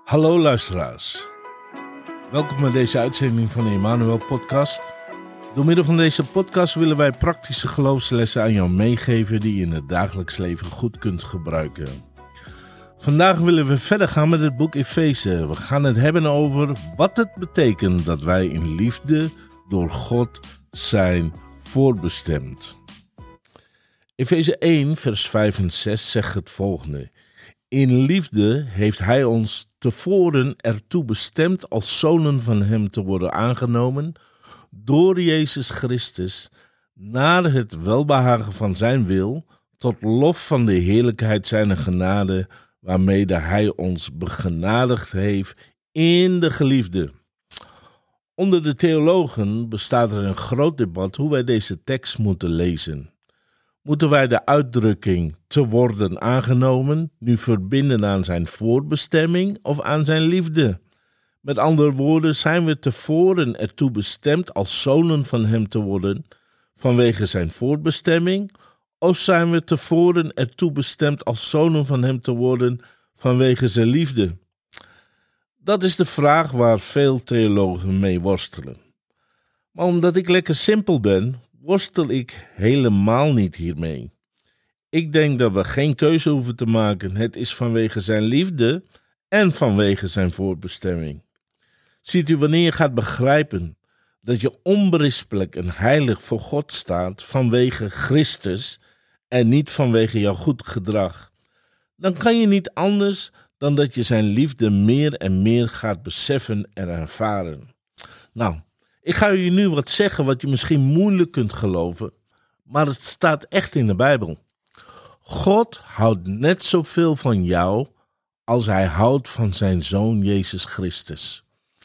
Hallo luisteraars. Welkom bij deze uitzending van de Emmanuel podcast. Door middel van deze podcast willen wij praktische geloofslessen aan jou meegeven die je in het dagelijks leven goed kunt gebruiken. Vandaag willen we verder gaan met het boek Efeze. We gaan het hebben over wat het betekent dat wij in liefde door God zijn voorbestemd. Efeze 1 vers 5 en 6 zegt het volgende. In liefde heeft hij ons tevoren ertoe bestemd als zonen van hem te worden aangenomen door Jezus Christus naar het welbehagen van zijn wil tot lof van de heerlijkheid zijner genade waarmede hij ons begenadigd heeft in de geliefde. Onder de theologen bestaat er een groot debat hoe wij deze tekst moeten lezen. Moeten wij de uitdrukking te worden aangenomen nu verbinden aan zijn voorbestemming of aan zijn liefde? Met andere woorden, zijn we tevoren ertoe bestemd als zonen van hem te worden vanwege zijn voorbestemming? Of zijn we tevoren ertoe bestemd als zonen van hem te worden vanwege zijn liefde? Dat is de vraag waar veel theologen mee worstelen. Maar omdat ik lekker simpel ben, worstel ik helemaal niet hiermee. Ik denk dat we geen keuze hoeven te maken. Het is vanwege zijn liefde en vanwege zijn voorbestemming. Ziet u, wanneer je gaat begrijpen dat je onberispelijk en heilig voor God staat vanwege Christus en niet vanwege jouw goed gedrag, dan kan je niet anders dan dat je zijn liefde meer en meer gaat beseffen en ervaren. Nou, ik ga je nu wat zeggen wat je misschien moeilijk kunt geloven, maar het staat echt in de Bijbel. God houdt net zoveel van jou als hij houdt van zijn Zoon Jezus Christus.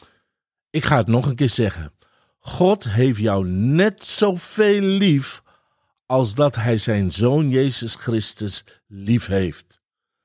Ik ga het nog een keer zeggen. God heeft jou net zoveel lief als dat hij zijn Zoon Jezus Christus lief heeft.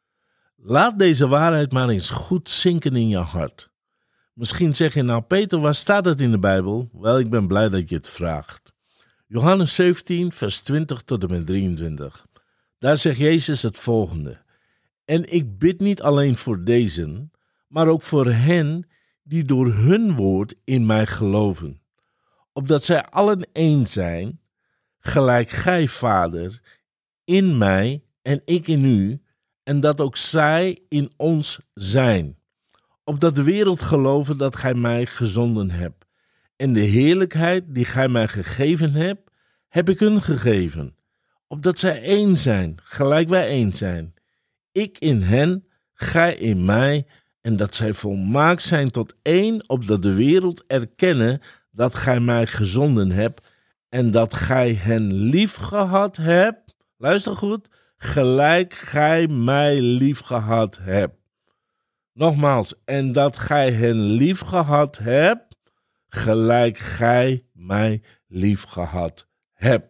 Laat deze waarheid maar eens goed zinken in je hart. Misschien zeg je nou, Peter, waar staat het in de Bijbel? Wel, ik ben blij dat je het vraagt. Johannes 17, vers 20 tot en met 23. Daar zegt Jezus het volgende. En ik bid niet alleen voor deze, maar ook voor hen die door hun woord in mij geloven. Opdat zij allen één zijn, gelijk gij, Vader, in mij en ik in u, en dat ook zij in ons zijn. Opdat de wereld geloven dat gij mij gezonden hebt. En de heerlijkheid die gij mij gegeven hebt, heb ik hun gegeven. Opdat zij één zijn, gelijk wij één zijn. Ik in hen, gij in mij, en dat zij volmaakt zijn tot één, opdat de wereld erkennen dat gij mij gezonden hebt, en dat gij hen lief gehad hebt. Luister goed, gelijk gij mij lief gehad hebt. Nogmaals, en dat gij hen lief gehad hebt, gelijk gij mij lief gehad hebt.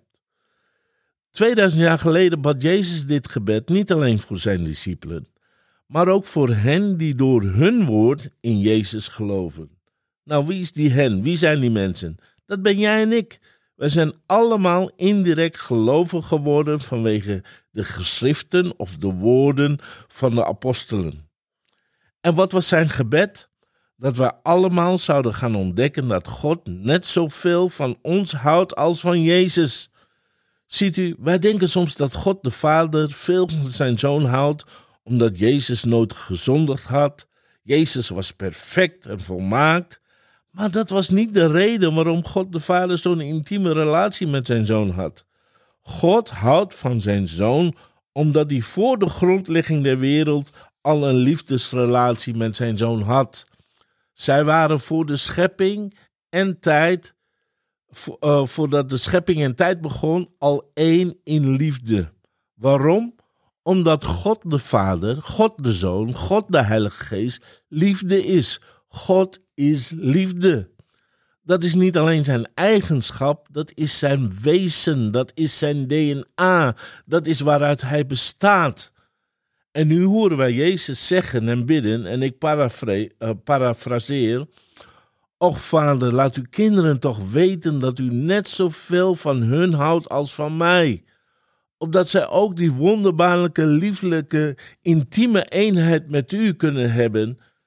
2000 jaar geleden bad Jezus dit gebed niet alleen voor zijn discipelen, maar ook voor hen die door hun woord in Jezus geloven. Nou, wie is die hen? Wie zijn die mensen? Dat ben jij en ik. Wij zijn allemaal indirect gelovig geworden vanwege de geschriften of de woorden van de apostelen. En wat was zijn gebed? Dat wij allemaal zouden gaan ontdekken dat God net zoveel van ons houdt als van Jezus. Ziet u, wij denken soms dat God de Vader veel van zijn Zoon houdt, omdat Jezus nooit gezondigd had. Jezus was perfect en volmaakt. Maar dat was niet de reden waarom God de Vader zo'n intieme relatie met zijn Zoon had. God houdt van zijn Zoon omdat hij voor de grondlegging der wereld al een liefdesrelatie met zijn Zoon had. Zij waren voor de schepping en tijd, voordat de schepping en tijd begon, al één in liefde. Waarom? Omdat God de Vader, God de Zoon, God de Heilige Geest liefde is. God is liefde. Dat is niet alleen zijn eigenschap, dat is zijn wezen, dat is zijn DNA, dat is waaruit hij bestaat. En nu horen wij Jezus zeggen en bidden, en ik parafraseer, Och Vader, laat uw kinderen toch weten dat u net zoveel van hun houdt als van mij. Opdat zij ook die wonderbaarlijke, lieflijke, intieme eenheid met u kunnen hebben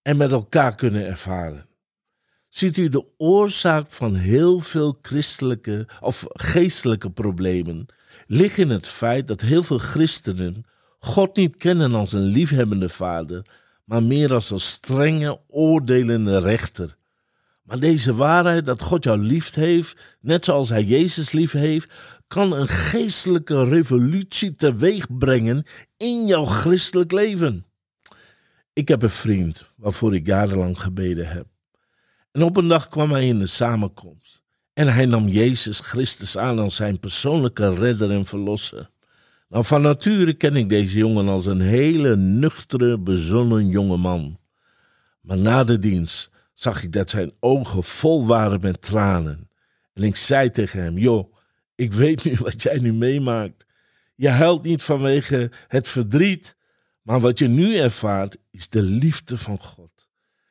en met elkaar kunnen ervaren. Ziet u, de oorzaak van heel veel christelijke of geestelijke problemen ligt in het feit dat heel veel christenen God niet kennen als een liefhebbende vader, maar meer als een strenge, oordelende rechter. Maar deze waarheid dat God jou lief heeft, net zoals hij Jezus lief heeft, kan een geestelijke revolutie teweeg brengen in jouw christelijk leven. Ik heb een vriend waarvoor ik jarenlang gebeden heb. En op een dag kwam hij in de samenkomst en hij nam Jezus Christus aan als zijn persoonlijke redder en verlosser. Nou, van nature ken ik deze jongen als een hele nuchtere, bezonnen jonge man. Maar na de dienst zag ik dat zijn ogen vol waren met tranen. En ik zei tegen hem, joh, ik weet nu wat jij nu meemaakt. Je huilt niet vanwege het verdriet, maar wat je nu ervaart is de liefde van God.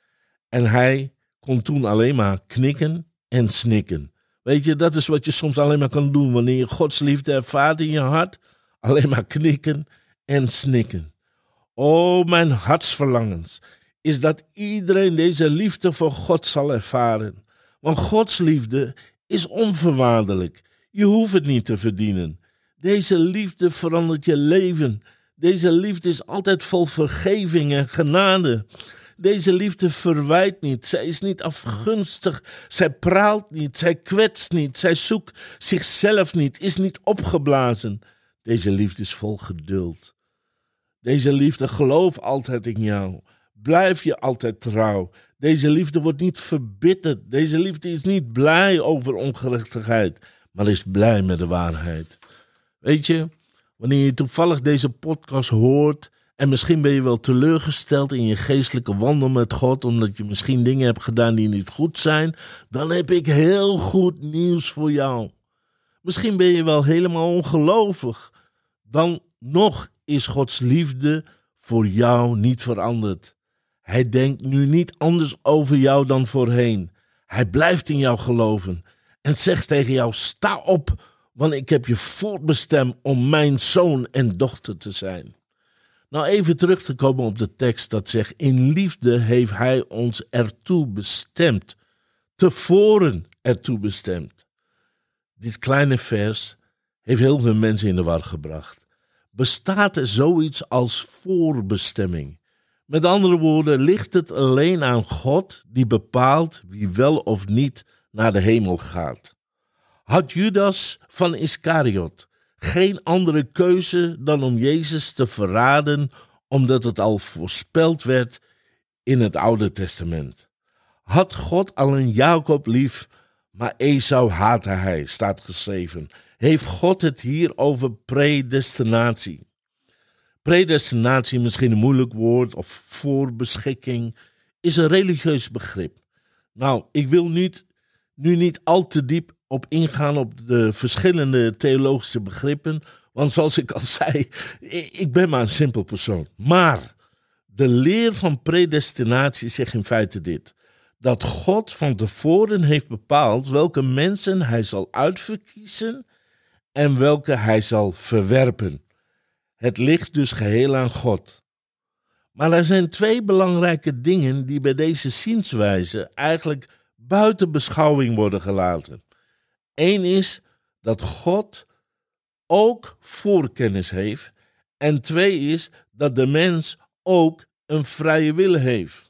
En hij kon toen alleen maar knikken en snikken. Weet je, dat is wat je soms alleen maar kan doen wanneer je Gods liefde ervaart in je hart. Alleen maar knikken en snikken. O, mijn hartsverlangens is dat iedereen deze liefde voor God zal ervaren. Want Gods liefde is onvoorwaardelijk. Je hoeft het niet te verdienen. Deze liefde verandert je leven. Deze liefde is altijd vol vergeving en genade. Deze liefde verwijt niet. Zij is niet afgunstig. Zij praalt niet. Zij kwetst niet. Zij zoekt zichzelf niet. Is niet opgeblazen. Deze liefde is vol geduld. Deze liefde gelooft altijd in jou. Blijf je altijd trouw. Deze liefde wordt niet verbitterd. Deze liefde is niet blij over ongerechtigheid, maar is blij met de waarheid. Weet je, wanneer je toevallig deze podcast hoort en misschien ben je wel teleurgesteld in je geestelijke wandel met God, omdat je misschien dingen hebt gedaan die niet goed zijn, dan heb ik heel goed nieuws voor jou. Misschien ben je wel helemaal ongelovig. Dan nog is Gods liefde voor jou niet veranderd. Hij denkt nu niet anders over jou dan voorheen. Hij blijft in jou geloven en zegt tegen jou, sta op, want ik heb je voortbestemd om mijn zoon en dochter te zijn. Nou, even terug te komen op de tekst dat zegt, in liefde heeft hij ons ertoe bestemd, tevoren ertoe bestemd. Dit kleine vers heeft heel veel mensen in de war gebracht. Bestaat er zoiets als voorbestemming? Met andere woorden, ligt het alleen aan God die bepaalt wie wel of niet naar de hemel gaat? Had Judas van Iscariot geen andere keuze dan om Jezus te verraden, omdat het al voorspeld werd in het Oude Testament? Had God alleen Jacob lief, maar Esau haatte hij, staat geschreven. Heeft God het hier over predestinatie? Predestinatie, misschien een moeilijk woord, of voorbeschikking, is een religieus begrip. Nou, ik wil nu niet al te diep op ingaan op de verschillende theologische begrippen, want zoals ik al zei, ik ben maar een simpel persoon. Maar de leer van predestinatie zegt in feite dit: dat God van tevoren heeft bepaald welke mensen hij zal uitverkiezen en welke hij zal verwerpen. Het ligt dus geheel aan God. Maar er zijn twee belangrijke dingen die bij deze zienswijze eigenlijk buiten beschouwing worden gelaten. Eén is dat God ook voorkennis heeft. En twee is dat de mens ook een vrije wil heeft.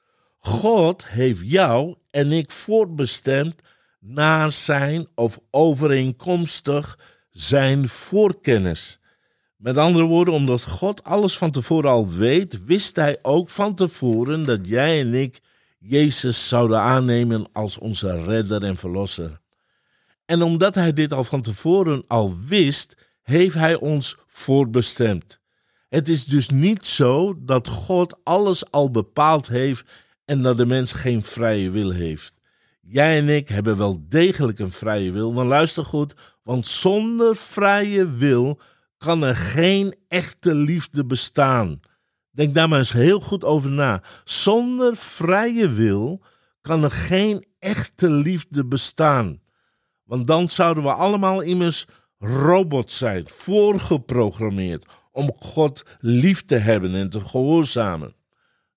God heeft jou en ik voorbestemd naar zijn of overeenkomstig zijn voorkennis. Met andere woorden, omdat God alles van tevoren al weet, wist hij ook van tevoren dat jij en ik Jezus zouden aannemen als onze redder en verlosser. En omdat hij dit al van tevoren al wist, heeft hij ons voorbestemd. Het is dus niet zo dat God alles al bepaald heeft en dat de mens geen vrije wil heeft. Jij en ik hebben wel degelijk een vrije wil, maar luister goed, want zonder vrije wil kan er geen echte liefde bestaan. Denk daar maar eens heel goed over na. Zonder vrije wil kan er geen echte liefde bestaan. Want dan zouden we allemaal immers robots zijn, voorgeprogrammeerd om God lief te hebben en te gehoorzamen.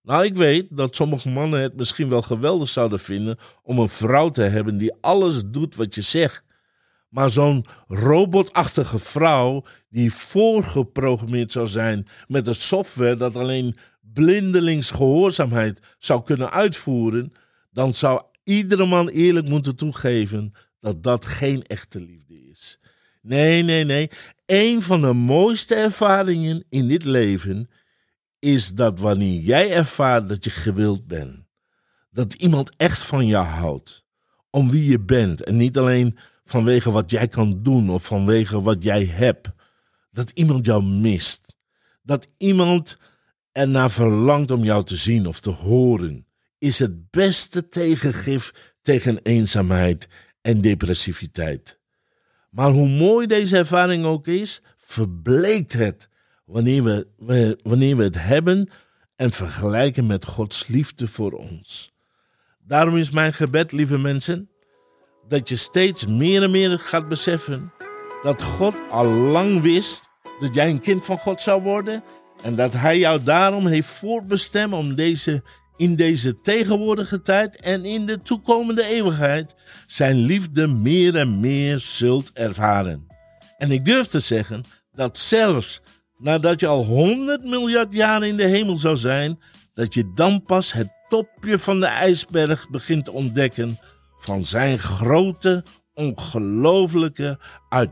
Nou, ik weet dat sommige mannen het misschien wel geweldig zouden vinden om een vrouw te hebben die alles doet wat je zegt. Maar zo'n robotachtige vrouw die voorgeprogrammeerd zou zijn met een software dat alleen blindelings gehoorzaamheid zou kunnen uitvoeren, dan zou iedere man eerlijk moeten toegeven dat dat geen echte liefde is. Nee. Een van de mooiste ervaringen in dit leven is dat wanneer jij ervaart dat je gewild bent. Dat iemand echt van je houdt. Om wie je bent. En niet alleen vanwege wat jij kan doen of vanwege wat jij hebt. Dat iemand jou mist. Dat iemand ernaar verlangt om jou te zien of te horen. Is het beste tegengif tegen eenzaamheid en depressiviteit. Maar hoe mooi deze ervaring ook is, verbleekt het wanneer we het hebben en vergelijken met Gods liefde voor ons. Daarom is mijn gebed, lieve mensen, dat je steeds meer en meer gaat beseffen dat God al lang wist dat jij een kind van God zou worden en dat Hij jou daarom heeft voorbestemd om in deze tegenwoordige tijd en in de toekomende eeuwigheid zijn liefde meer en meer zult ervaren. En ik durf te zeggen dat zelfs nadat je al 100 miljard jaar in de hemel zou zijn, dat je dan pas het topje van de ijsberg begint te ontdekken van zijn grote, ongelooflijke,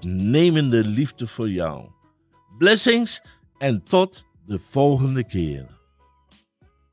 uitnemende liefde voor jou. Blessings en tot de volgende keer.